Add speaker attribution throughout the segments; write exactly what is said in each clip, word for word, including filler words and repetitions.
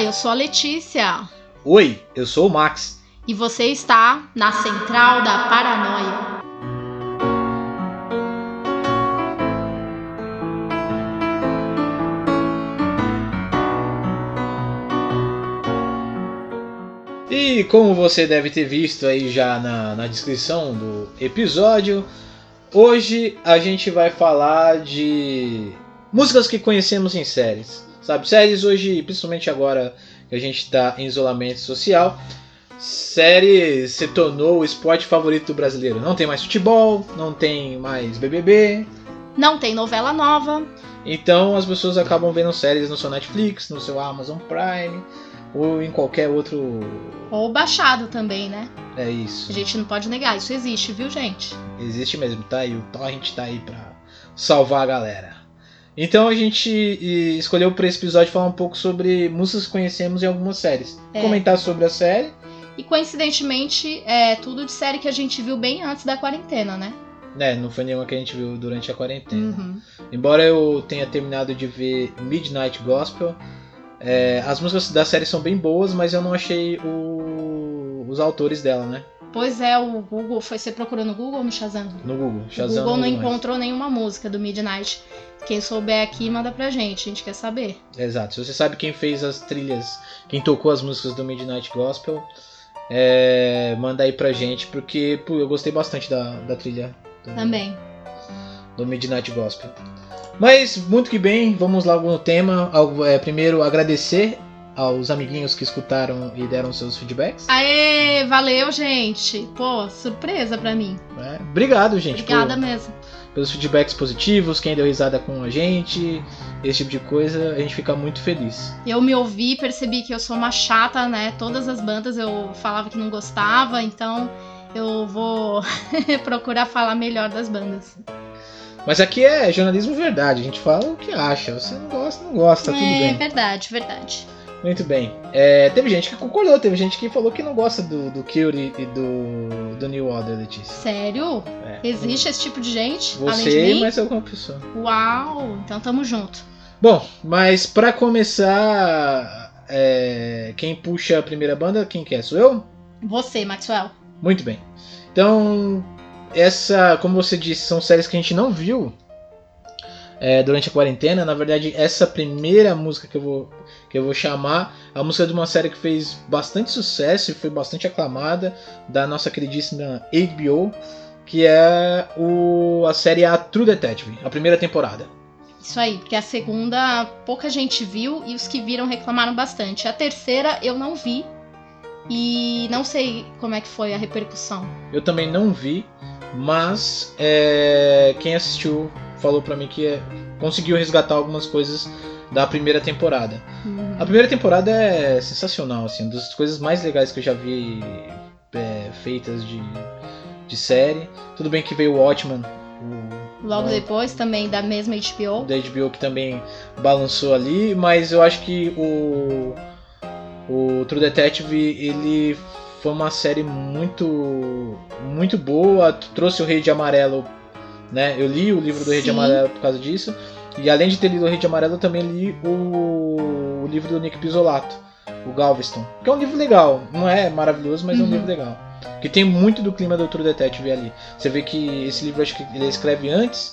Speaker 1: eu sou a Letícia.
Speaker 2: Oi, eu sou o Max.
Speaker 1: E você está na Central da Paranoia.
Speaker 2: E como você deve ter visto aí já na, na descrição do episódio, hoje a gente vai falar de músicas que conhecemos em séries. Sabe, séries hoje, principalmente agora que a gente está em isolamento social, série se tornou o esporte favorito do brasileiro. Não tem mais futebol, não tem mais B B B.
Speaker 1: Não tem novela nova.
Speaker 2: Então as pessoas acabam vendo séries no seu Netflix, no seu Amazon Prime ou em qualquer outro...
Speaker 1: Ou baixado também, né?
Speaker 2: É isso.
Speaker 1: A gente não pode negar, isso existe, viu, gente?
Speaker 2: Existe mesmo, tá aí. O Torrent tá aí pra salvar a galera. Então a gente escolheu para esse episódio falar um pouco sobre músicas que conhecemos em algumas séries. É. Comentar sobre a série.
Speaker 1: E coincidentemente, é tudo de série que a gente viu bem antes da quarentena, né?
Speaker 2: É, não foi nenhuma que a gente viu durante a quarentena.
Speaker 1: Uhum.
Speaker 2: Embora eu tenha terminado de ver Midnight Gospel, é, as músicas da série são bem boas, mas eu não achei o, os autores dela, né?
Speaker 1: Pois é, o Google, foi você procurou no Google ou no Shazam?
Speaker 2: No Google, Shazam.
Speaker 1: O Google não
Speaker 2: mais.
Speaker 1: encontrou nenhuma música do Midnight. Quem souber aqui, manda pra gente, a gente quer saber.
Speaker 2: Exato, se você sabe quem fez as trilhas, quem tocou as músicas do Midnight Gospel, é, manda aí pra gente, porque pô, eu gostei bastante da, da trilha do,
Speaker 1: também
Speaker 2: do Midnight Gospel. Mas, muito que bem, vamos logo no tema. É, primeiro, agradecer aos amiguinhos que escutaram e deram seus feedbacks.
Speaker 1: Aê, valeu, gente. Pô, surpresa pra mim.
Speaker 2: É, obrigado, gente.
Speaker 1: Obrigada
Speaker 2: por,
Speaker 1: mesmo.
Speaker 2: Pelos feedbacks positivos, quem deu risada com a gente, esse tipo de coisa, a gente fica muito feliz.
Speaker 1: Eu me ouvi, percebi que eu sou uma chata, né? Todas as bandas eu falava que não gostava, então eu vou procurar falar melhor das bandas.
Speaker 2: Mas aqui é jornalismo verdade, a gente fala o que acha. Você não gosta, não gosta, tá tudo bem.
Speaker 1: É verdade, verdade.
Speaker 2: Muito bem. É, teve gente que concordou, teve gente que falou que não gosta do, do Curie e do, do New Order, Letícia.
Speaker 1: Sério?
Speaker 2: É.
Speaker 1: Existe esse tipo de gente?
Speaker 2: Você,
Speaker 1: além de mim?
Speaker 2: mas alguma pessoa.
Speaker 1: Uau, então tamo junto.
Speaker 2: Bom, mas pra começar, é, quem puxa a primeira banda, quem que é? Sou eu?
Speaker 1: Você, Maxwell.
Speaker 2: Muito bem. Então, essa, como você disse, são séries que a gente não viu é, durante a quarentena. Na verdade, essa primeira música que eu vou, que eu vou chamar é a música de uma série que fez bastante sucesso e foi bastante aclamada, da nossa queridíssima H B O, que é o, a série A True Detective, a primeira temporada.
Speaker 1: Isso aí, porque a segunda pouca gente viu e os que viram reclamaram bastante. A terceira eu não vi e não sei como é que foi a repercussão.
Speaker 2: Eu também não vi, mas é, quem assistiu falou pra mim que é, conseguiu resgatar algumas coisas da primeira temporada. Uhum. A primeira temporada é sensacional, assim, uma das coisas mais legais que eu já vi é, feitas de, de série. Tudo bem que veio o Watchmen. O,
Speaker 1: Logo
Speaker 2: o,
Speaker 1: depois também da mesma H B O.
Speaker 2: Da H B O que também balançou ali, mas eu acho que o, o True Detective, ele foi uma série muito, muito boa, trouxe o Rei de Amarelo, né? Eu li o livro do Rei de Amarelo por causa disso. E além de ter lido o Rei de Amarelo, eu também li o, o livro do Nick Pizzolatto, o Galveston. Que é um livro legal, não é maravilhoso, mas uhum. é um livro legal. Que tem muito do clima do True Detective ali. Você vê que esse livro, acho que ele escreve antes,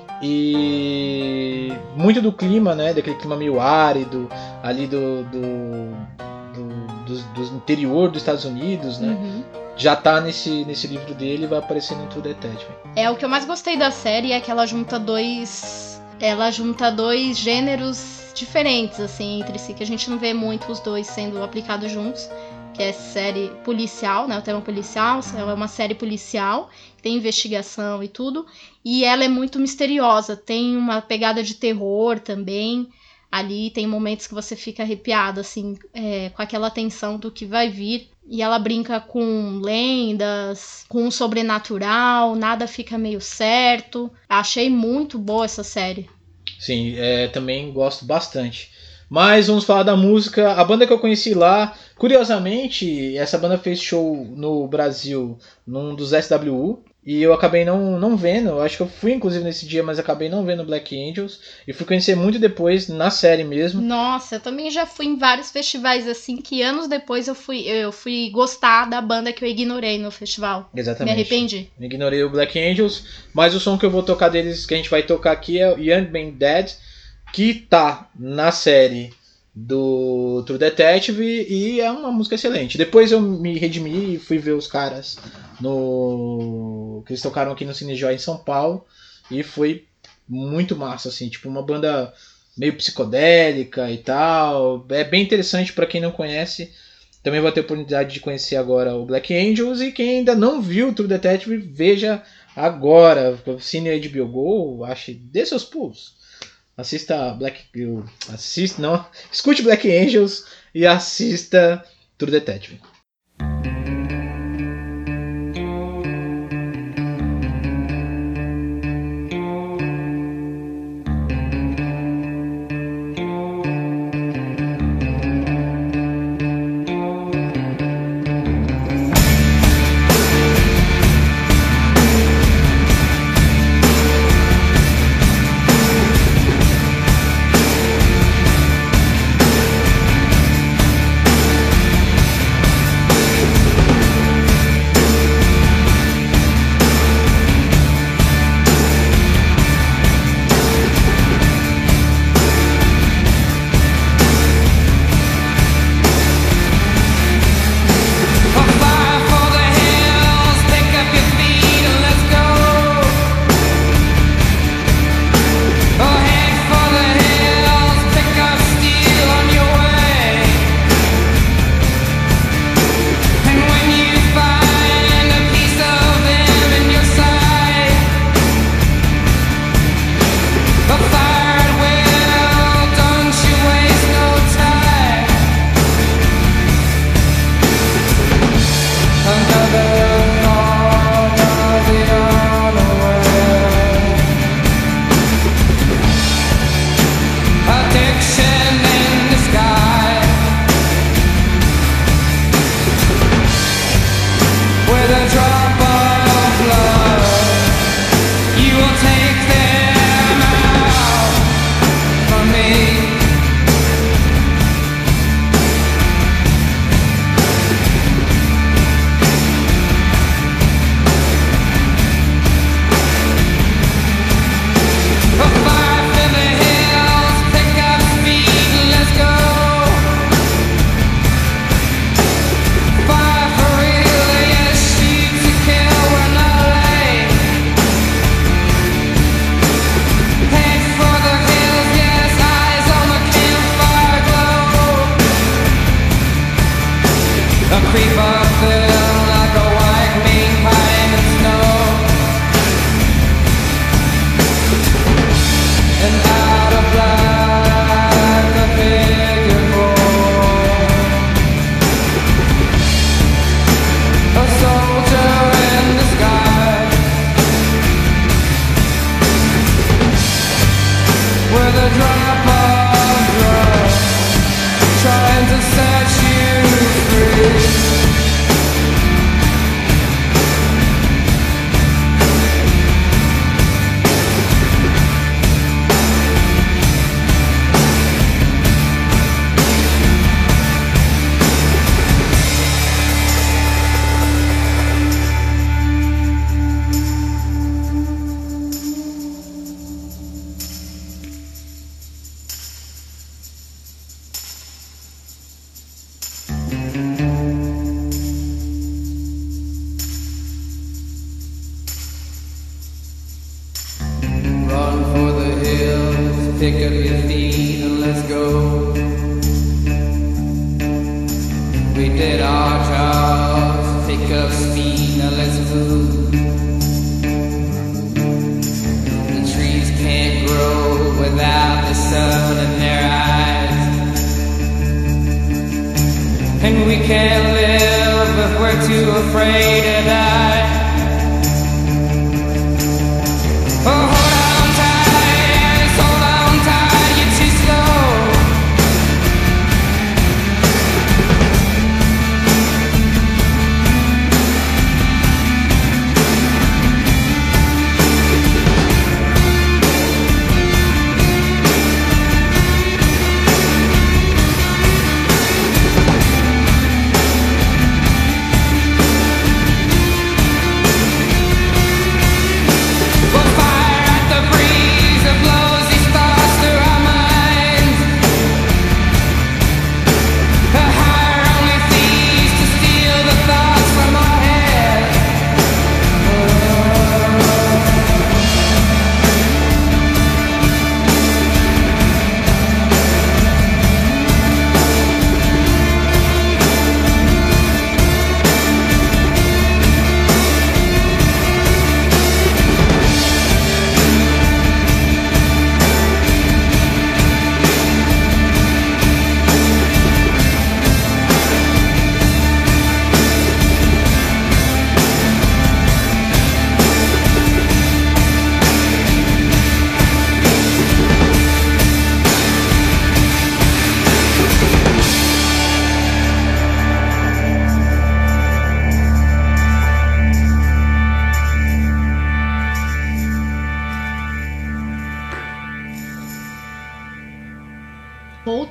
Speaker 2: e muito do clima, né? Daquele clima meio árido, ali do, do, do, do, do interior dos Estados Unidos, né? Uhum. Já tá nesse, nesse livro dele e vai aparecer no True Detective.
Speaker 1: É, o que eu mais gostei da série é que ela junta dois... Ela junta dois gêneros diferentes, assim, entre si, que a gente não vê muito os dois sendo aplicados juntos, que é série policial, né, o tema policial, é uma série policial, tem investigação e tudo, e ela é muito misteriosa, tem uma pegada de terror também, ali tem momentos que você fica arrepiado, assim, é, com aquela tensão do que vai vir. E ela brinca com lendas, com o sobrenatural, nada fica meio certo. Achei muito boa essa série.
Speaker 2: Sim, é, também gosto bastante. Mas vamos falar da música. A banda que eu conheci lá, curiosamente, essa banda fez show no Brasil, num dos S W U. E eu acabei não, não vendo, eu acho que eu fui inclusive nesse dia, mas acabei não vendo Black Angels. E fui conhecer muito depois, na série mesmo.
Speaker 1: Nossa, eu também já fui em vários festivais assim, que anos depois eu fui, eu fui gostar da banda que eu ignorei no festival.
Speaker 2: Exatamente.
Speaker 1: Me arrependi.
Speaker 2: Ignorei o Black Angels, mas o som que eu vou tocar deles, que a gente vai tocar aqui é o Young Man Dead, que tá na série do True Detective e é uma música excelente. Depois eu me redimi e fui ver os caras no que eles tocaram aqui no Cine Joy em São Paulo e foi muito massa, assim, tipo uma banda meio psicodélica e tal. É bem interessante para quem não conhece. Também vai ter a oportunidade de conhecer agora o Black Angels, e quem ainda não viu o True Detective, veja agora. Cine H B O Go, ache, dê seus pulos. Assista Black assista, não, escute Black Angels e assista True Detective.
Speaker 3: Pick up your feet and let's go. We did our jobs, pick up speed, now let's move. The trees can't grow without the sun in their eyes, and we can't live if we're too afraid to die. Oh,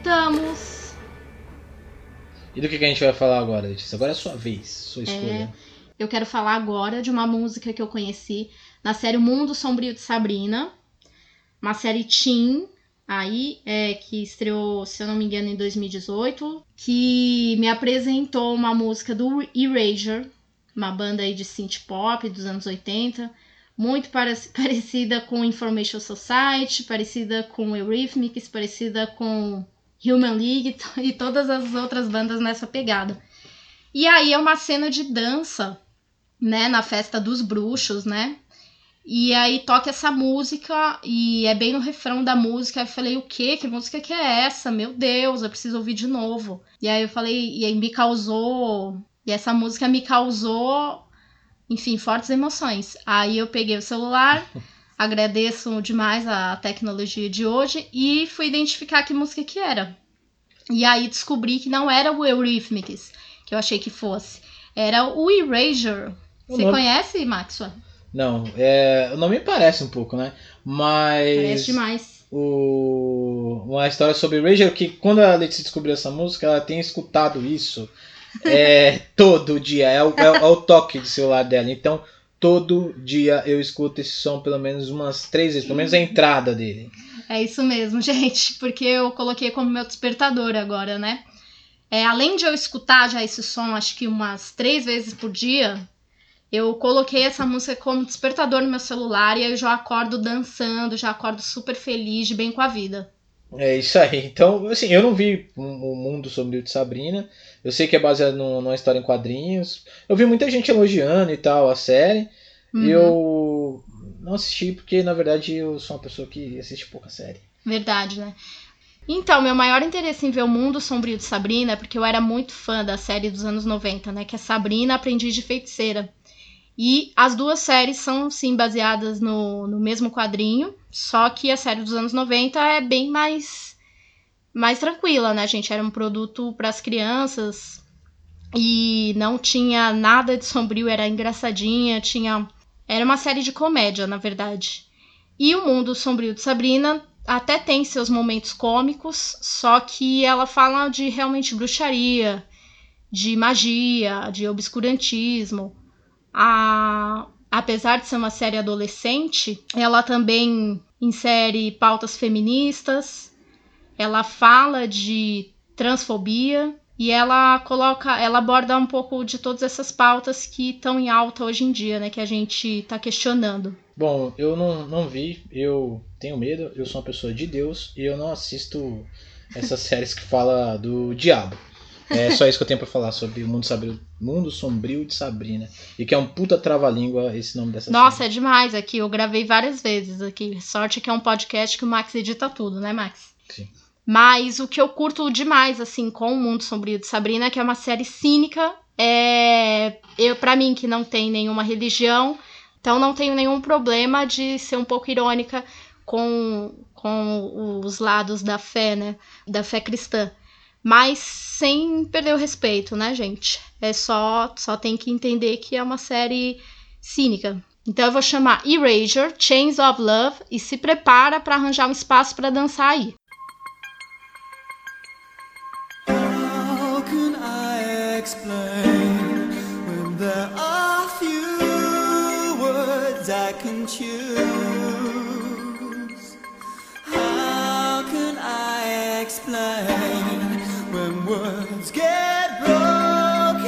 Speaker 1: voltamos!
Speaker 2: E do que, que a gente vai falar agora, Letícia? Agora é a sua vez, sua escolha.
Speaker 1: É, eu quero falar agora de uma música que eu conheci na série O Mundo Sombrio de Sabrina, uma série teen, aí, é, que estreou, se eu não me engano, em dois mil e dezoito, que me apresentou uma música do Erasure, uma banda aí de synth pop dos anos oitenta, muito parecida com Information Society, parecida com Eurythmics, parecida com Human League e todas as outras bandas nessa pegada. E aí é uma cena de dança, né, na festa dos bruxos, né? E aí toca essa música e é bem no refrão da música. Eu falei, o quê? Que música que é essa? Meu Deus, eu preciso ouvir de novo. E aí eu falei, e aí me causou... E essa música me causou... Enfim, fortes emoções. Aí eu peguei o celular, agradeço demais a tecnologia de hoje e fui identificar que música que era. E aí descobri que não era o Eurythmics, que eu achei que fosse. Era o Erasure.
Speaker 2: O
Speaker 1: Você
Speaker 2: nome...
Speaker 1: conhece, Maxwell?
Speaker 2: Não, é... o nome parece um pouco, né? Mas...
Speaker 1: Parece demais.
Speaker 2: O... Uma história sobre Erasure, que quando a Letícia descobriu essa música, ela tem escutado isso... É, todo dia, é o, é, é o toque de celular dela. Então, todo dia eu escuto esse som pelo menos umas três vezes, pelo menos a entrada dele.
Speaker 1: É isso mesmo, gente, porque eu coloquei como meu despertador agora, né? É, além de eu escutar já esse som, acho que umas três vezes por dia, eu coloquei essa música como despertador no meu celular e aí eu já acordo dançando, já acordo super feliz, de bem com a vida.
Speaker 2: É isso aí. Então, assim, eu não vi o Mundo Sombrio de Sabrina. Eu sei que é baseado no, numa história em quadrinhos. Eu vi muita gente elogiando e tal a série.
Speaker 1: Uhum.
Speaker 2: E eu não assisti porque, na verdade, eu sou uma pessoa que assiste pouca série.
Speaker 1: Verdade, né? Então, meu maior interesse em ver o Mundo Sombrio de Sabrina é porque eu era muito fã da série dos anos noventa, né? Que é Sabrina, Aprendiz de Feiticeira. E as duas séries são, sim, baseadas no, no mesmo quadrinho, só que a série dos anos noventa é bem mais, mais tranquila, né, gente? Era um produto para as crianças e não tinha nada de sombrio, era engraçadinha, tinha... Era uma série de comédia, na verdade. E o Mundo Sombrio de Sabrina até tem seus momentos cômicos, só que ela fala de realmente bruxaria, de magia, de obscurantismo. A, apesar de ser uma série adolescente, ela também insere pautas feministas, ela fala de transfobia e ela coloca, ela aborda um pouco de todas essas pautas que estão em alta hoje em dia, né, que a gente está questionando.
Speaker 2: Bom, eu não, não vi, eu tenho medo, eu sou uma pessoa de Deus e eu não assisto essas séries que falam do diabo. É só isso que eu tenho pra falar sobre o Mundo, Sabril, Mundo Sombrio de Sabrina. E que é um puta trava-língua esse nome dessa
Speaker 1: Nossa,
Speaker 2: série.
Speaker 1: É demais aqui. Eu gravei várias vezes aqui. Sorte que é um podcast que o Max edita tudo, né, Max?
Speaker 2: Sim.
Speaker 1: Mas o que eu curto demais, assim, com o Mundo Sombrio de Sabrina, é que é uma série cínica. É... Eu, pra mim, que não tem nenhuma religião, então não tenho nenhum problema de ser um pouco irônica com, com os lados da fé, né? Da fé cristã. Mas sem perder o respeito, né, gente? É só, só tem que entender que é uma série cínica. Então eu vou chamar Erasure, Chains of Love e se prepara para arranjar um espaço para dançar aí.
Speaker 4: How can I explain when there are few words I can choose? How can I explain when words get broken?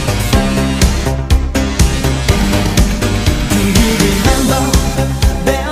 Speaker 4: Do you remember there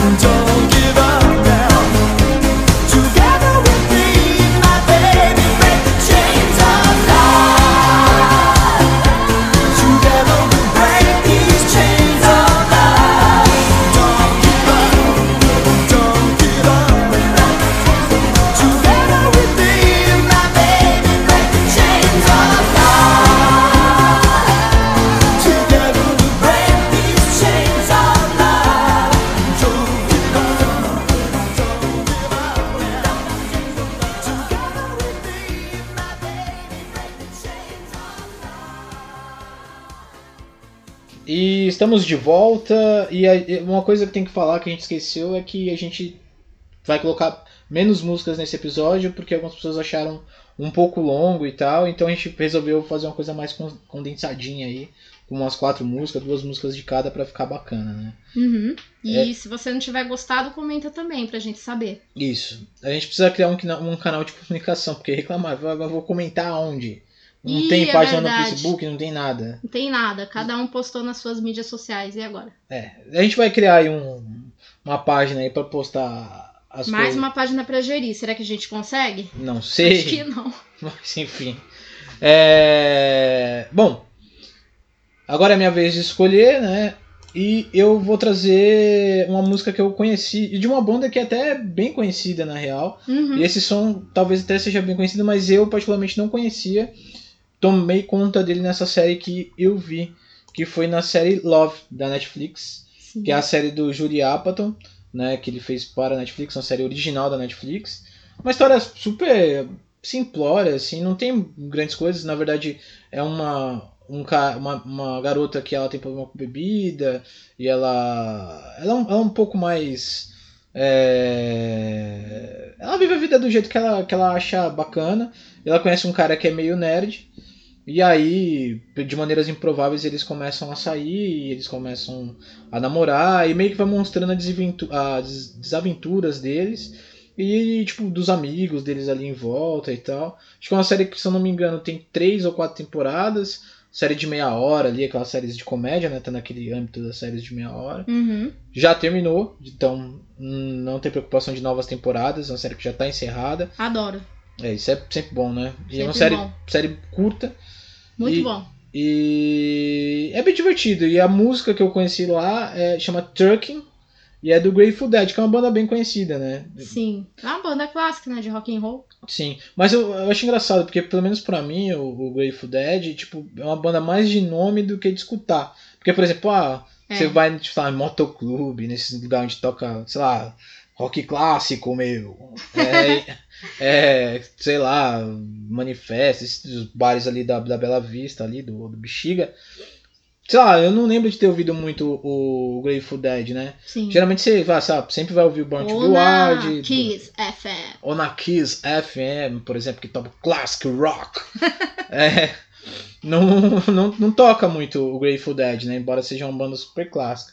Speaker 4: Don't give up now. Together with me, my baby, break the chains of love. Together we break these chains of love. Don't give up, don't give up. Together with me, my baby, break the chains of love. Together we break these chains of love. Don't give up, don't give up. Together with me, my baby, break the chains of love.
Speaker 2: E estamos de volta. E a- e uma coisa que tem que falar que a gente esqueceu é que a gente vai colocar menos músicas nesse episódio porque algumas pessoas acharam um pouco longo e tal. Então a gente resolveu fazer uma coisa mais con- condensadinha aí, com umas quatro músicas, duas músicas de cada pra ficar bacana, né?
Speaker 1: Uhum. E
Speaker 2: É.
Speaker 1: se você não tiver gostado, comenta também pra gente saber.
Speaker 2: Isso. A gente precisa criar um, quina- um canal de comunicação, porque reclamar, eu vou comentar onde? Não
Speaker 1: Ih,
Speaker 2: tem
Speaker 1: é
Speaker 2: página no
Speaker 1: verdade.
Speaker 2: Facebook, não tem nada.
Speaker 1: Não tem nada, cada um postou nas suas mídias sociais. E agora?
Speaker 2: É, a gente vai criar aí um, uma página aí pra postar as
Speaker 1: Mais
Speaker 2: coisas.
Speaker 1: uma página pra gerir. Será que a gente consegue?
Speaker 2: Não sei.
Speaker 1: Acho que não.
Speaker 2: Mas enfim. É... Bom, agora é minha vez de escolher, né? E eu vou trazer uma música que eu conheci, e de uma banda que é até bem conhecida na real.
Speaker 1: Uhum.
Speaker 2: E esse som talvez até seja bem conhecido, mas eu particularmente não conhecia. Tomei conta dele nessa série que eu vi, que foi na série Love, da Netflix,
Speaker 1: Sim.
Speaker 2: que é a série do Judd Apatow, né, que ele fez para a Netflix, uma série original da Netflix. Uma história super simplória, assim, não tem grandes coisas. Na verdade, é uma, um, ca- uma, uma garota que ela tem problema com bebida, e ela, ela, é, um, ela é um pouco mais... é, ela vive a vida do jeito que ela, que ela acha bacana. Ela conhece um cara que é meio nerd, e aí, de maneiras improváveis, eles começam a sair, eles começam a namorar, e meio que vai mostrando a desaventu- as desaventuras deles, e tipo, dos amigos deles ali em volta e tal. Acho que é uma série que, se eu não me engano, tem três ou quatro temporadas, série de meia hora ali, aquelas séries de comédia, né, tá naquele âmbito das séries de meia hora.
Speaker 1: Uhum.
Speaker 2: Já terminou, então hum, não tem preocupação de novas temporadas, é uma série que já tá encerrada.
Speaker 1: Adoro.
Speaker 2: É, isso é sempre bom, né? E é uma
Speaker 1: Sempre
Speaker 2: série,
Speaker 1: bom.
Speaker 2: série curta.
Speaker 1: Muito
Speaker 2: E-
Speaker 1: bom.
Speaker 2: E é bem divertido. E a música que eu conheci lá é, chama Trucking, e é do Grateful Dead, que é uma banda bem conhecida, né?
Speaker 1: Sim. É uma banda clássica, né? De rock and roll.
Speaker 2: Sim. Mas eu, eu acho engraçado, porque pelo menos pra mim, o, o Grateful Dead, tipo, é uma banda mais de nome do que de escutar. Porque, por exemplo, ah,
Speaker 1: É.
Speaker 2: você vai tipo, lá, em motoclube, nesses lugares onde toca, sei lá, rock clássico, meu. É, é, sei lá, Manifesto, esses bares ali da, da Bela Vista, ali, do, do Bexiga. Sei lá, eu não lembro de ter ouvido muito o Grateful Dead, né?
Speaker 1: Sim.
Speaker 2: Geralmente você vai, sabe, sempre vai ouvir o Born to
Speaker 1: Ou
Speaker 2: Be
Speaker 1: na
Speaker 2: Wild.
Speaker 1: Kiss F M.
Speaker 2: Ou na Kiss F M, por exemplo, que toca classic rock. É, não, não, não toca muito o Grateful Dead, né? Embora seja uma banda super clássica.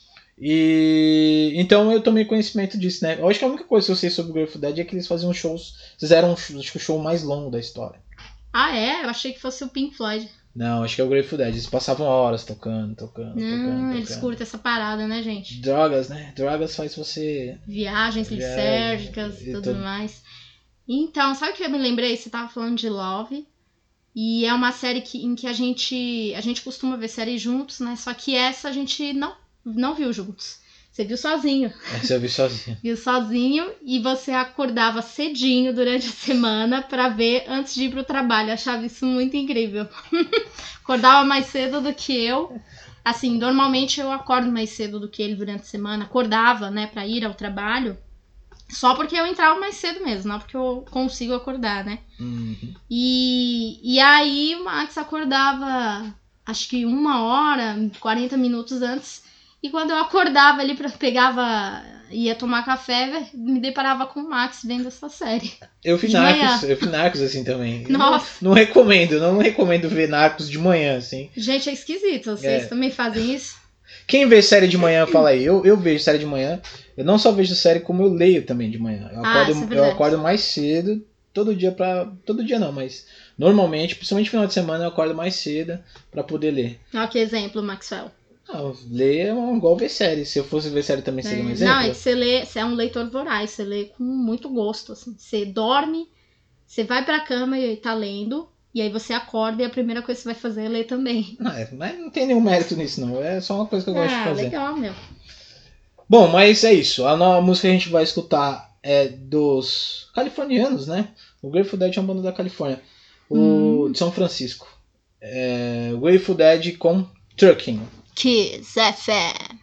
Speaker 2: E então eu tomei conhecimento disso, né? Eu acho que a única coisa que eu sei sobre o Grateful Dead é que eles faziam shows. Fizeram um show- acho que o show mais longo da história.
Speaker 1: Ah, é? Eu achei que fosse o Pink Floyd.
Speaker 2: Não, acho que é o Grateful Dead. Eles passavam horas tocando, tocando, tocando.
Speaker 1: Hum, eles
Speaker 2: tocando.
Speaker 1: curtem essa parada, né, gente?
Speaker 2: Drogas, né? Drogas faz você.
Speaker 1: Viagens
Speaker 2: Viagem
Speaker 1: lisérgicas
Speaker 2: e
Speaker 1: e tudo
Speaker 2: tudo.
Speaker 1: mais. Então, sabe o que eu me lembrei? Você tava falando de Love. E é uma série que, em que a gente, a gente costuma ver séries juntos, né? Só que essa a gente não, não viu juntos. Você viu sozinho.
Speaker 2: Essa eu vi sozinho.
Speaker 1: Viu sozinho e você acordava cedinho durante a semana pra ver antes de ir pro trabalho. Eu achava isso muito incrível. Acordava mais cedo do que eu. Assim, normalmente eu acordo mais cedo do que ele durante a semana. Acordava, né, pra ir ao trabalho. Só porque eu entrava mais cedo mesmo, não porque eu consigo acordar, né?
Speaker 2: Uhum.
Speaker 1: E, e aí o Max acordava, acho que uma hora, quarenta minutos antes. E quando eu acordava ali, pra, pegava, ia tomar café, me deparava com o Max vendo essa série.
Speaker 2: Eu vi
Speaker 1: De
Speaker 2: Narcos,
Speaker 1: manhã.
Speaker 2: eu vi Narcos assim também.
Speaker 1: Nossa.
Speaker 2: Não, não recomendo, não recomendo ver Narcos de manhã, assim.
Speaker 1: Gente, é esquisito. Vocês
Speaker 2: É.
Speaker 1: também fazem isso?
Speaker 2: Quem vê série de manhã, fala aí. Eu, eu vejo série de manhã. Eu não só vejo série, como eu leio também de manhã. Eu
Speaker 1: Ah,
Speaker 2: acordo,
Speaker 1: isso é
Speaker 2: eu
Speaker 1: verdade.
Speaker 2: acordo mais cedo, todo dia pra. Todo dia não, mas normalmente, principalmente no final de semana, eu acordo mais cedo pra poder ler.
Speaker 1: Olha que exemplo, Maxwell.
Speaker 2: Não, ler é igual ver série. Se eu fosse ver série também seria um
Speaker 1: É,
Speaker 2: exemplo.
Speaker 1: não, é que você lê, você é um leitor voraz, você lê com muito gosto, assim. Você dorme, você vai pra cama e tá lendo, e aí você acorda e a primeira coisa que você vai fazer é ler também.
Speaker 2: Não, é- mas não tem nenhum mérito nisso, não. É só uma coisa que eu gosto de
Speaker 1: Ah,
Speaker 2: fazer.
Speaker 1: legal, meu.
Speaker 2: Bom, mas é isso. A nova música que a gente vai escutar é dos californianos, né? O Grateful Dead é uma banda da Califórnia. O
Speaker 1: Hum.
Speaker 2: de São Francisco. É, Grateful Dead com Trucking.
Speaker 1: Kiss F M.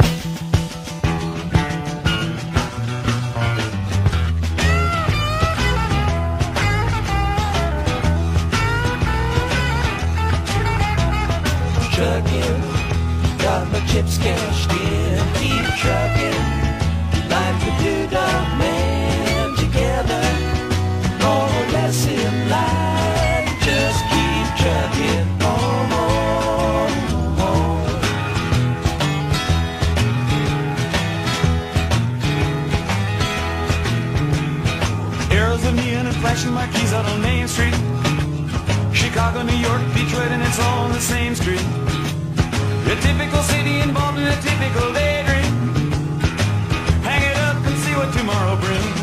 Speaker 4: Trucking, got my chips cashed in. Keep trucking, like the two-dog man. Together, more or less in line. Just keep trucking on, on, on. Arrows of neon and flashing marquees out on Main Street. Chicago, New York, Detroit, and it's all on the same street. A typical city involved in a typical daydream. Hang it up and see what tomorrow brings.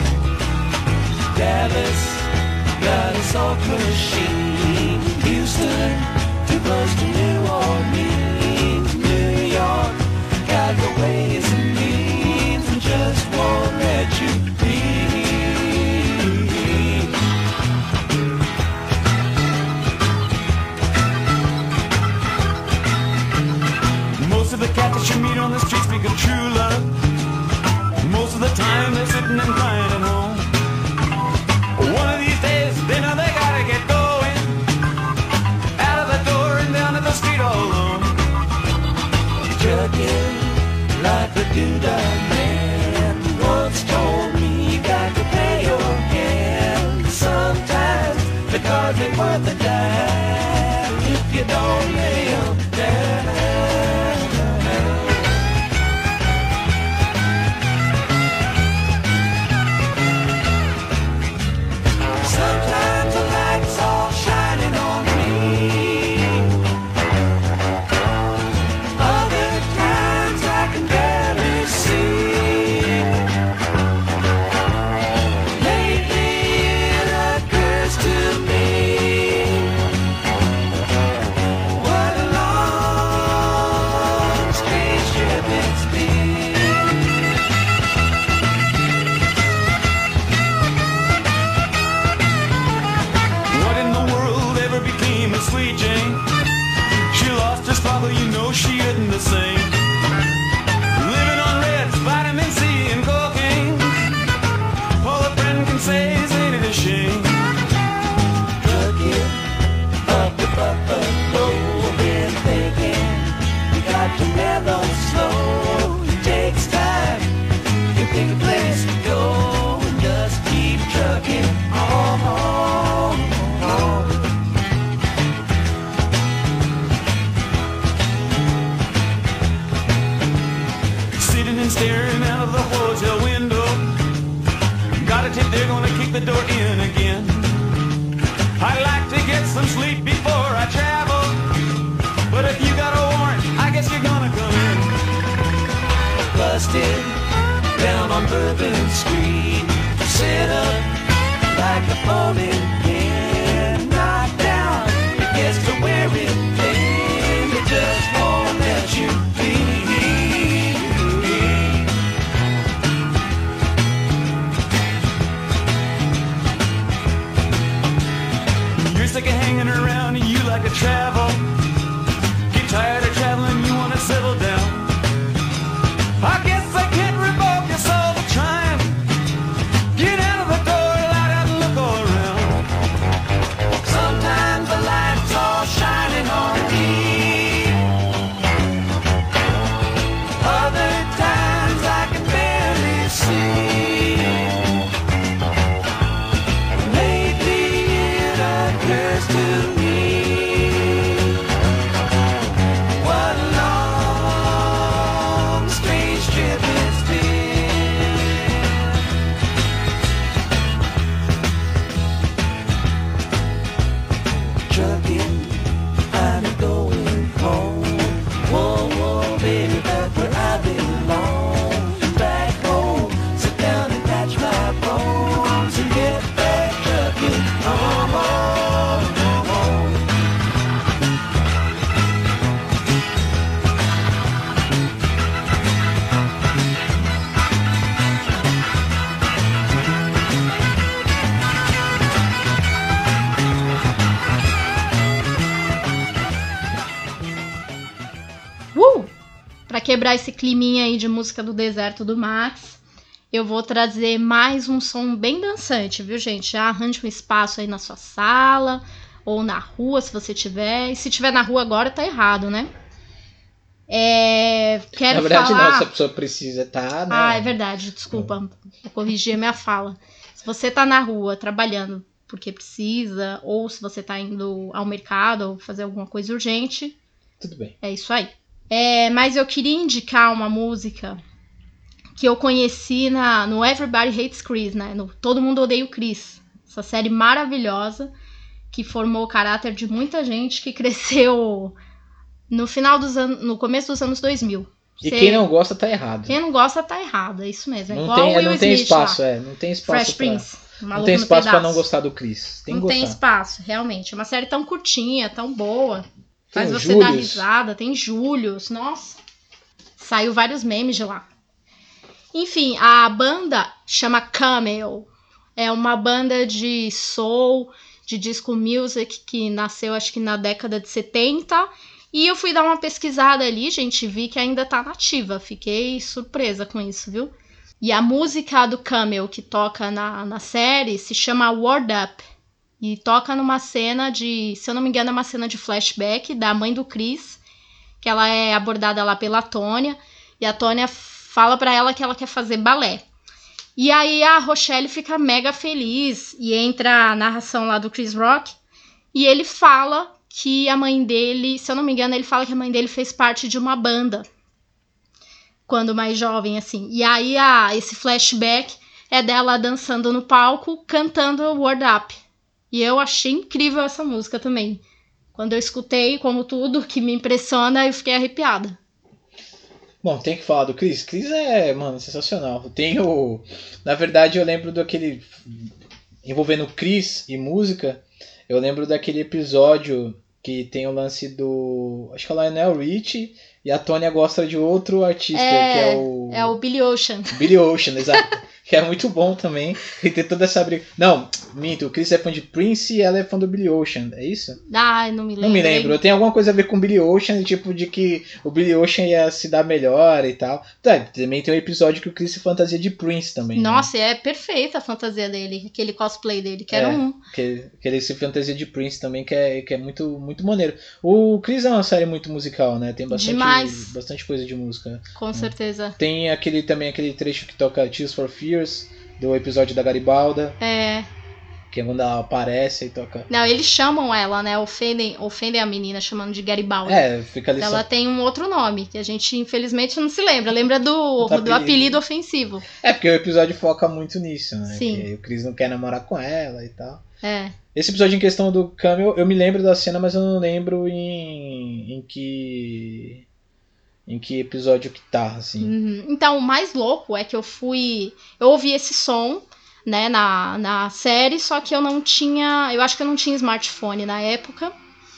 Speaker 4: Dallas got a soft machine. Houston, too close to New Orleans. New York got the ways and means and just won't let you be. Most of the cats that you meet on the street speak of true love. Most of the time they're sitting and crying at home. One of these days they know they gotta get going. Out of the door and down to the street all alone. Trucking like a doodah man once told me you got to pay your hand. Sometimes the cars ain't worth a dime if you don't lay 'em down. Sometimes the light's all shining on me. Other times I can barely see. Lately it occurs to me, what a long, strange trip it's been. What in the world ever became of Sweet Jane? She lost her spot, but you know she isn't the same. Living on reds, vitamin C and cocaine. All a friend can say is ain't it a shame? Trucking up the Buffalo, been thinking you got to mellow slow. It takes time, you pick a place to go and just keep trucking on, on, on. Sitting and staring out of the hotel window. Got a tip they're gonna kick the door in again. I'd like to get some sleep before I travel, but if you got a warrant, I guess you're gonna come in. Busted down on Bourbon Street, set up like a bowling pin. Knocked down, it gets to wearing thin. It just won't let you be. You're sick of hanging around and you like to travel. Get tired of traveling, you wanna settle down. I guess I can't revoke your soul to trying. Get out of the door, light out and look all around. Sometimes the light's all shining on me. Other times I can barely see. Lately it occurs to me, what a long, strange trip
Speaker 1: quebrar esse climinha aí de música do deserto do Max, eu vou trazer mais um som bem dançante, viu, gente? Já arranje um espaço aí na sua sala ou na rua, se você tiver. E se tiver na rua agora, tá errado, né? É... Quero
Speaker 2: Na verdade,
Speaker 1: falar...
Speaker 2: não, se a pessoa precisa estar, né?
Speaker 1: Ah, é verdade, desculpa, vou corrigir a minha fala. Se você tá na rua trabalhando porque precisa, ou se você tá indo ao mercado ou fazer alguma coisa urgente,
Speaker 2: Tudo bem.
Speaker 1: é isso aí. É, mas eu queria indicar uma música que eu conheci na, no Everybody Hates Chris, né? No Todo Mundo Odeia o Chris. Essa série maravilhosa que formou o caráter de muita gente que cresceu no final dos anos, no começo dos anos dois mil.
Speaker 2: E
Speaker 1: Cê-
Speaker 2: quem não gosta tá errado.
Speaker 1: quem não gosta tá errado, é isso mesmo. É
Speaker 2: Não
Speaker 1: igual
Speaker 2: tem,
Speaker 1: o Will
Speaker 2: não tem
Speaker 1: Smith
Speaker 2: espaço,
Speaker 1: lá,
Speaker 2: é. Não tem espaço
Speaker 1: Fresh
Speaker 2: pra...
Speaker 1: Prince.
Speaker 2: Não
Speaker 1: Maluco
Speaker 2: tem
Speaker 1: no
Speaker 2: espaço pra
Speaker 1: Pedaço.
Speaker 2: não gostar do Chris. Tem
Speaker 1: Não
Speaker 2: que
Speaker 1: tem
Speaker 2: gostar.
Speaker 1: espaço, realmente. É uma série tão curtinha, tão boa. Faz
Speaker 2: Tem o
Speaker 1: você dar
Speaker 2: Julius.
Speaker 1: risada. Tem Július, nossa. Saiu vários memes de lá. Enfim, a banda chama Camel. É uma banda de soul, de disco music, que nasceu acho que na década de setenta. E eu fui dar uma pesquisada ali, gente, vi que ainda tá nativa. Fiquei surpresa com isso, viu? E a música do Camel que toca na, na série se chama Word Up. E toca numa cena de, se eu não me engano, é uma cena de flashback da mãe do Chris, que ela é abordada lá pela Tônia. E a Tônia fala pra ela que ela quer fazer balé. E aí a Rochelle fica mega feliz e entra a narração lá do Chris Rock. E ele fala que a mãe dele, se eu não me engano, ele fala que a mãe dele fez parte de uma banda quando mais jovem, assim. E aí a, esse flashback é dela dançando no palco, cantando Word Up. E eu achei incrível essa música também. Quando eu escutei, como tudo que me impressiona, eu fiquei arrepiada.
Speaker 2: Bom, tem que falar do Chris. Chris é, mano, sensacional. Tem o... Na verdade, eu lembro daquele... Envolvendo Chris e música, eu lembro daquele episódio que tem o lance do... Acho que é o Lionel Richie e a Tônia gosta de outro artista,
Speaker 1: É,
Speaker 2: que é o...
Speaker 1: é o Billy Ocean.
Speaker 2: Billy Ocean, exato. Que é muito bom também. E tem toda essa briga. Não, minto, o Chris é fã de Prince e ela é fã do Billy Ocean, é isso?
Speaker 1: Ai, não me lembro.
Speaker 2: Não me lembro. Eu tenho alguma coisa a ver com o Billy Ocean, tipo de que o Billy Ocean ia se dar melhor e tal. Tá, também tem um episódio que o Chris se fantasia de Prince também.
Speaker 1: Nossa, é perfeita a fantasia dele, aquele cosplay dele, que era
Speaker 2: É.
Speaker 1: um.
Speaker 2: Né? Que, que ele se fantasia de Prince também, que é, que é muito, muito maneiro. O Chris é uma série muito musical, né? Tem bastante,
Speaker 1: Demais.
Speaker 2: bastante coisa de música.
Speaker 1: Com certeza.
Speaker 2: Tem aquele também aquele trecho que toca Tears for Fears, do episódio da Garibalda,
Speaker 1: É.
Speaker 2: que é quando ela aparece e toca.
Speaker 1: Não, eles chamam ela, né? Ofendem, ofendem a menina chamando de Garibaldi.
Speaker 2: É, fica ali
Speaker 1: Ela
Speaker 2: só.
Speaker 1: tem um outro nome, que a gente infelizmente não se lembra. Lembra do,
Speaker 2: Do
Speaker 1: do
Speaker 2: apelido.
Speaker 1: apelido ofensivo.
Speaker 2: É, porque o episódio foca muito nisso, né?
Speaker 1: Sim.
Speaker 2: Que o Chris não quer namorar com ela e tal.
Speaker 1: É.
Speaker 2: Esse episódio em questão do Camel, eu me lembro da cena, mas eu não lembro em, em que. Em que episódio que tá, assim.
Speaker 1: Uhum. Então, o mais louco é que eu fui. Eu ouvi esse som, né, na, na série, só que eu não tinha. Eu acho que eu não tinha smartphone na época.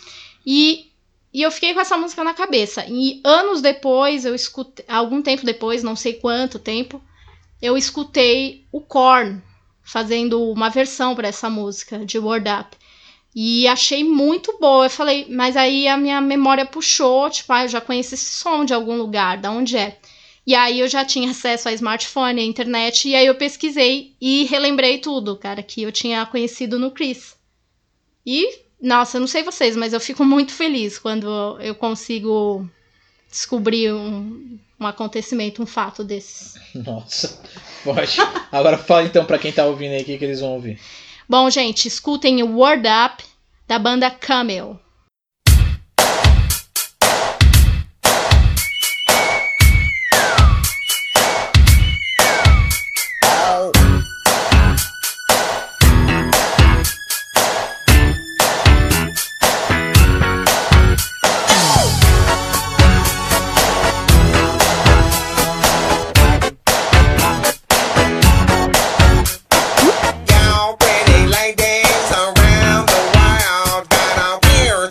Speaker 1: E, e eu fiquei com essa música na cabeça. E anos depois, eu escutei. Algum tempo depois, não sei quanto tempo, eu escutei o Korn fazendo uma versão para essa música de Word Up. E achei muito boa. Eu falei, mas aí a minha memória puxou, tipo, ah, eu já conheço esse som de algum lugar, da onde é? E aí eu já tinha acesso a smartphone, a internet, e aí eu pesquisei e relembrei tudo, cara, que eu tinha conhecido no Chris. E, nossa, eu não sei vocês, mas eu fico muito feliz quando eu consigo descobrir um, um acontecimento, um fato desses.
Speaker 2: Nossa, pode. Agora fala então pra quem tá ouvindo aí o que, que eles vão ouvir.
Speaker 1: Bom, gente, escutem o Word Up da banda Camel.
Speaker 4: Y'all pretty ladies around the world got a weird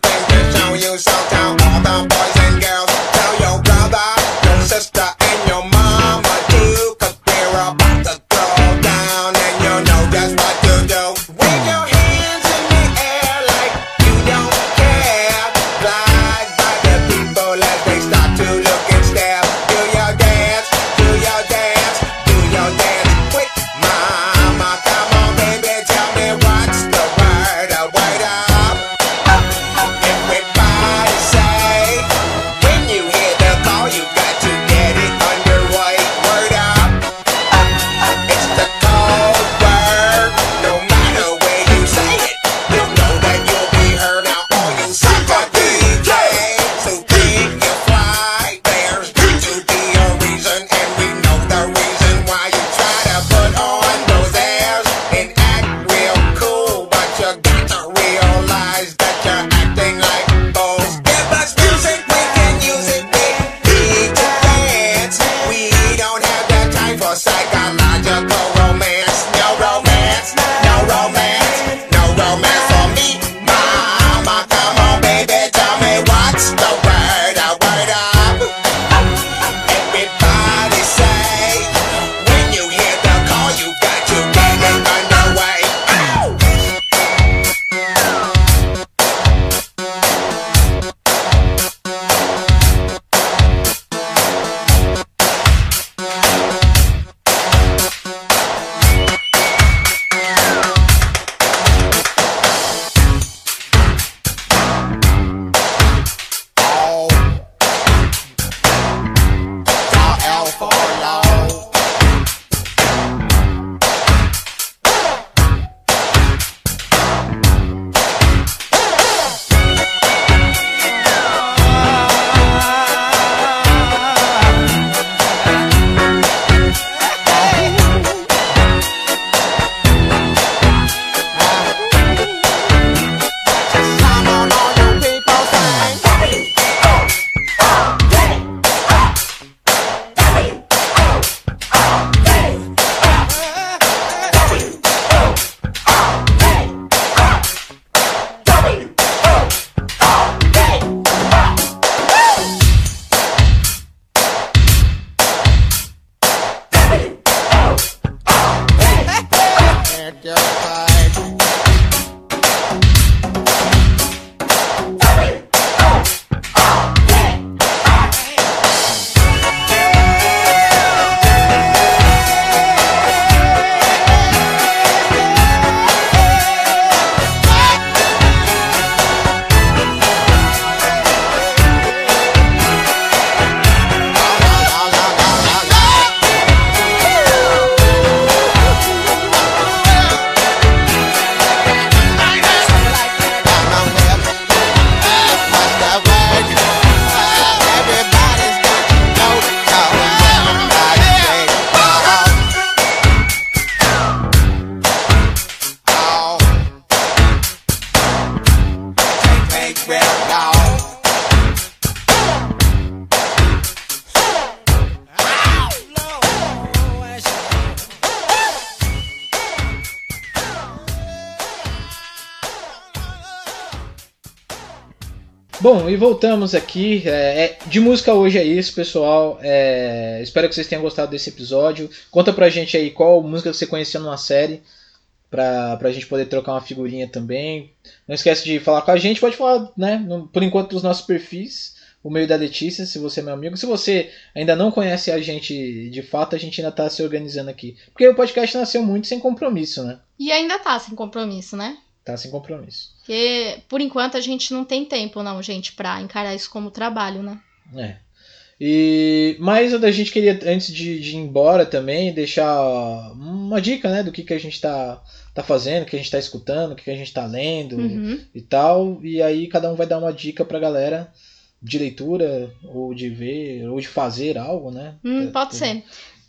Speaker 2: Bom, e voltamos aqui. É, é, de música hoje é isso, pessoal. É, espero que vocês tenham gostado desse episódio. Conta pra gente aí qual música você conhecia numa série, pra, pra gente poder trocar uma figurinha também. Não esquece de falar com a gente, pode falar, né, no, por enquanto, dos nossos perfis, o meio da Letícia, se você é meu amigo. Se você ainda não conhece a gente de fato, a gente ainda tá se organizando aqui. Porque o podcast nasceu muito sem compromisso, né?
Speaker 1: E ainda tá sem compromisso, né?
Speaker 2: Tá sem compromisso.
Speaker 1: Porque, por enquanto, a gente não tem tempo, não, gente, pra encarar isso como trabalho, né?
Speaker 2: É. E, mas a gente queria, antes de, de ir embora também, deixar uma dica, né, do que, que a gente tá, tá fazendo, o que a gente tá escutando, o que, que a gente tá lendo
Speaker 1: Uhum.
Speaker 2: e tal. E aí cada um vai dar uma dica pra galera de leitura, ou de ver, ou de fazer algo, né?
Speaker 1: Hum, pode ser.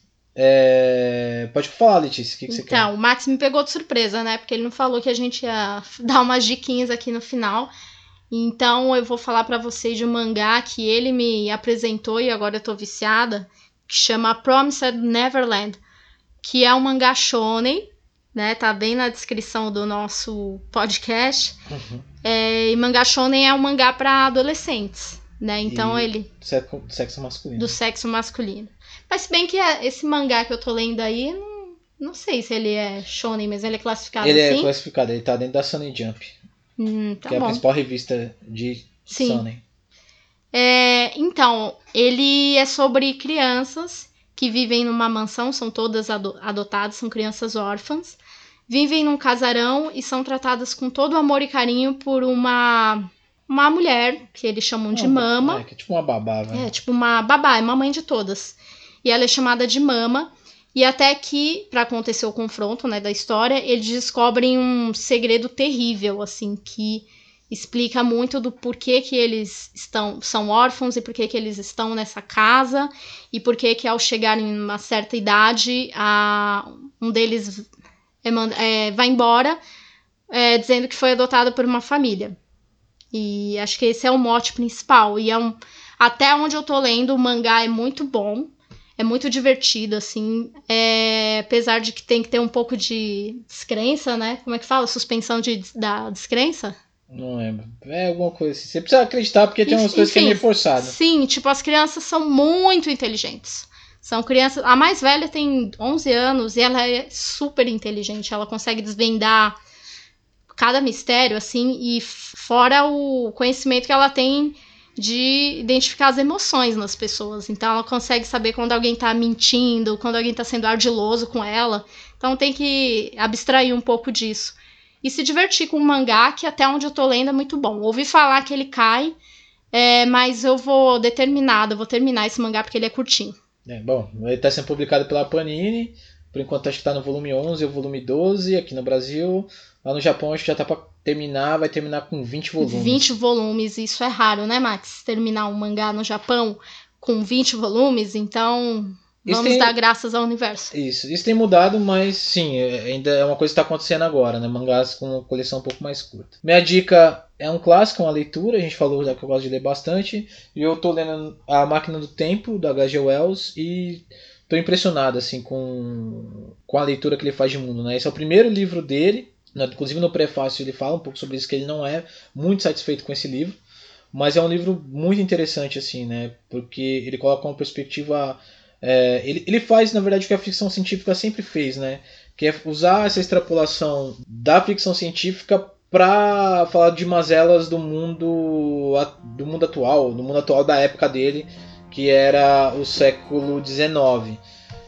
Speaker 2: É, pode falar, Letícia, o que, que você quer?
Speaker 1: Então, o Max me pegou de surpresa, né? Porque ele não falou que a gente ia dar umas diquinhas aqui no final. Então, eu vou falar pra vocês de um mangá que ele me apresentou e agora eu tô viciada, que chama Promised Neverland, que é um mangá shonen, né? Tá bem na descrição do nosso podcast.
Speaker 2: Uhum.
Speaker 1: É, e mangá shonen é um mangá pra adolescentes, né? Então,
Speaker 2: E
Speaker 1: ele...
Speaker 2: sexo, sexo masculino.
Speaker 1: do sexo masculino. Mas se bem que é- esse mangá que eu tô lendo aí, não, não sei se ele é shonen, mas ele é classificado
Speaker 2: Ele
Speaker 1: assim.
Speaker 2: é classificado, ele tá dentro da Shonen Jump,
Speaker 1: Hum, tá
Speaker 2: que é a
Speaker 1: bom.
Speaker 2: principal revista de
Speaker 1: Sim.
Speaker 2: Shonen.
Speaker 1: É, então, ele é sobre crianças que vivem numa mansão, são todas ado- adotadas, são crianças órfãs, vivem num casarão e são tratadas com todo amor e carinho por uma, uma mulher, que eles chamam de
Speaker 2: Uma-
Speaker 1: mama.
Speaker 2: É, que é tipo uma babá, velho.
Speaker 1: É, tipo uma babá, é uma mãe de todas. E ela é chamada de Mama. E até que, pra acontecer o confronto, né, da história, eles descobrem um segredo terrível, assim, que explica muito do porquê que eles estão, são órfãos e porquê que eles estão nessa casa e porquê que ao chegarem em uma certa idade, a, um deles é manda- é, vai embora é, dizendo que foi adotado por uma família. E acho que esse é o mote principal. E é um, até onde eu tô lendo, o mangá é muito bom. É muito divertido, assim. É, apesar de que tem que ter um pouco de descrença, né? Como é que fala? Suspensão de, da descrença?
Speaker 2: Não lembro. É alguma coisa assim. Você precisa acreditar porque tem umas
Speaker 1: Enfim,
Speaker 2: coisas que é meio forçado.
Speaker 1: Sim, tipo, as crianças são muito inteligentes. São crianças... A mais velha tem onze anos e ela é super inteligente. Ela consegue desvendar cada mistério, assim, e fora o conhecimento que ela tem de identificar as emoções nas pessoas. Então ela consegue saber quando alguém tá mentindo, quando alguém tá sendo ardiloso com ela. Então tem que abstrair um pouco disso. E se divertir com o mangá, que até onde eu tô lendo é muito bom. Ouvi falar que ele cai, é, mas eu vou determinada, eu vou terminar esse mangá porque ele é curtinho.
Speaker 2: É, bom, ele está sendo publicado pela Panini. Por enquanto acho que está no volume onze ou volume doze aqui no Brasil. Lá no Japão acho que já tá para terminar, vai terminar com vinte volumes.
Speaker 1: vinte volumes, isso é raro, né, Max? Terminar um mangá no Japão com vinte volumes, então
Speaker 2: Isso
Speaker 1: vamos
Speaker 2: tem-
Speaker 1: dar graças ao universo.
Speaker 2: Isso, isso tem mudado, mas sim, é- ainda é uma coisa que está acontecendo agora, né? Mangás com uma coleção um pouco mais curta. Minha dica é um clássico, uma leitura, a gente falou já que eu gosto de ler bastante, e eu tô lendo A Máquina do Tempo, do H G Wells, e tô impressionado, assim, com, com a leitura que ele faz de mundo, né? Esse é o primeiro livro dele, né? Inclusive no prefácio ele fala um pouco sobre isso, que ele não é muito satisfeito com esse livro, mas é um livro muito interessante, assim, né? Porque ele coloca uma perspectiva... É, ele, ele faz, na verdade, o que a ficção científica sempre fez, né? Que é usar essa extrapolação da ficção científica para falar de mazelas do mundo, do mundo atual, do mundo atual da época dele, que era o século dezenove.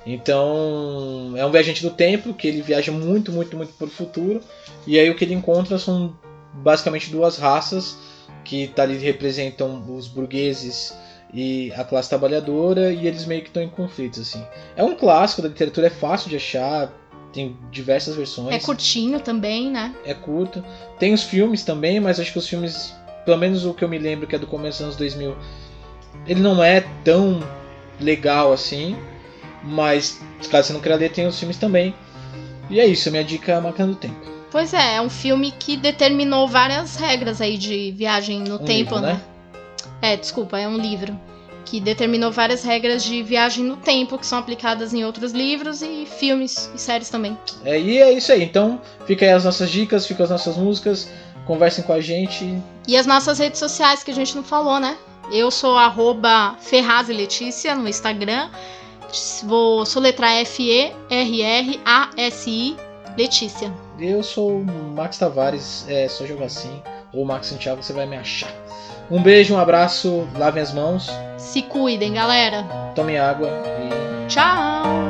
Speaker 2: Então, é um viajante do tempo que ele viaja muito, muito, muito para o futuro. E aí o que ele encontra são basicamente duas raças que tá ali representam os burgueses e a classe trabalhadora, e eles meio que estão em conflitos, assim. É um clássico da literatura, é fácil de achar, tem diversas versões.
Speaker 1: É curtinho também, né?
Speaker 2: É curto. Tem os filmes também, mas acho que os filmes, pelo menos o que eu me lembro, que é do começo dos anos dois mil, ele não é tão legal assim, mas caso você não queira ler, tem os filmes também. E é isso, a minha dica é A Máquina do Tempo.
Speaker 1: Pois é, é um filme que determinou várias regras aí de viagem no
Speaker 2: Um
Speaker 1: tempo,
Speaker 2: livro,
Speaker 1: né?
Speaker 2: né?
Speaker 1: É, desculpa, é um livro que determinou várias regras de viagem no tempo que são aplicadas em outros livros e filmes e séries também.
Speaker 2: É, e é isso aí, então fica aí as nossas dicas, fica as nossas músicas. conversem com a gente.
Speaker 1: E as nossas redes sociais que a gente não falou, né? Eu sou arroba Ferraz e Letícia no Instagram. Vou soletrar F E R R A S I Letícia.
Speaker 2: Eu sou o Max Tavares, é só jogar assim. Ou Max Santiago, você vai me achar. Um beijo, um abraço, lavem as mãos.
Speaker 1: Se cuidem, galera.
Speaker 2: Tomem água e
Speaker 1: Tchau!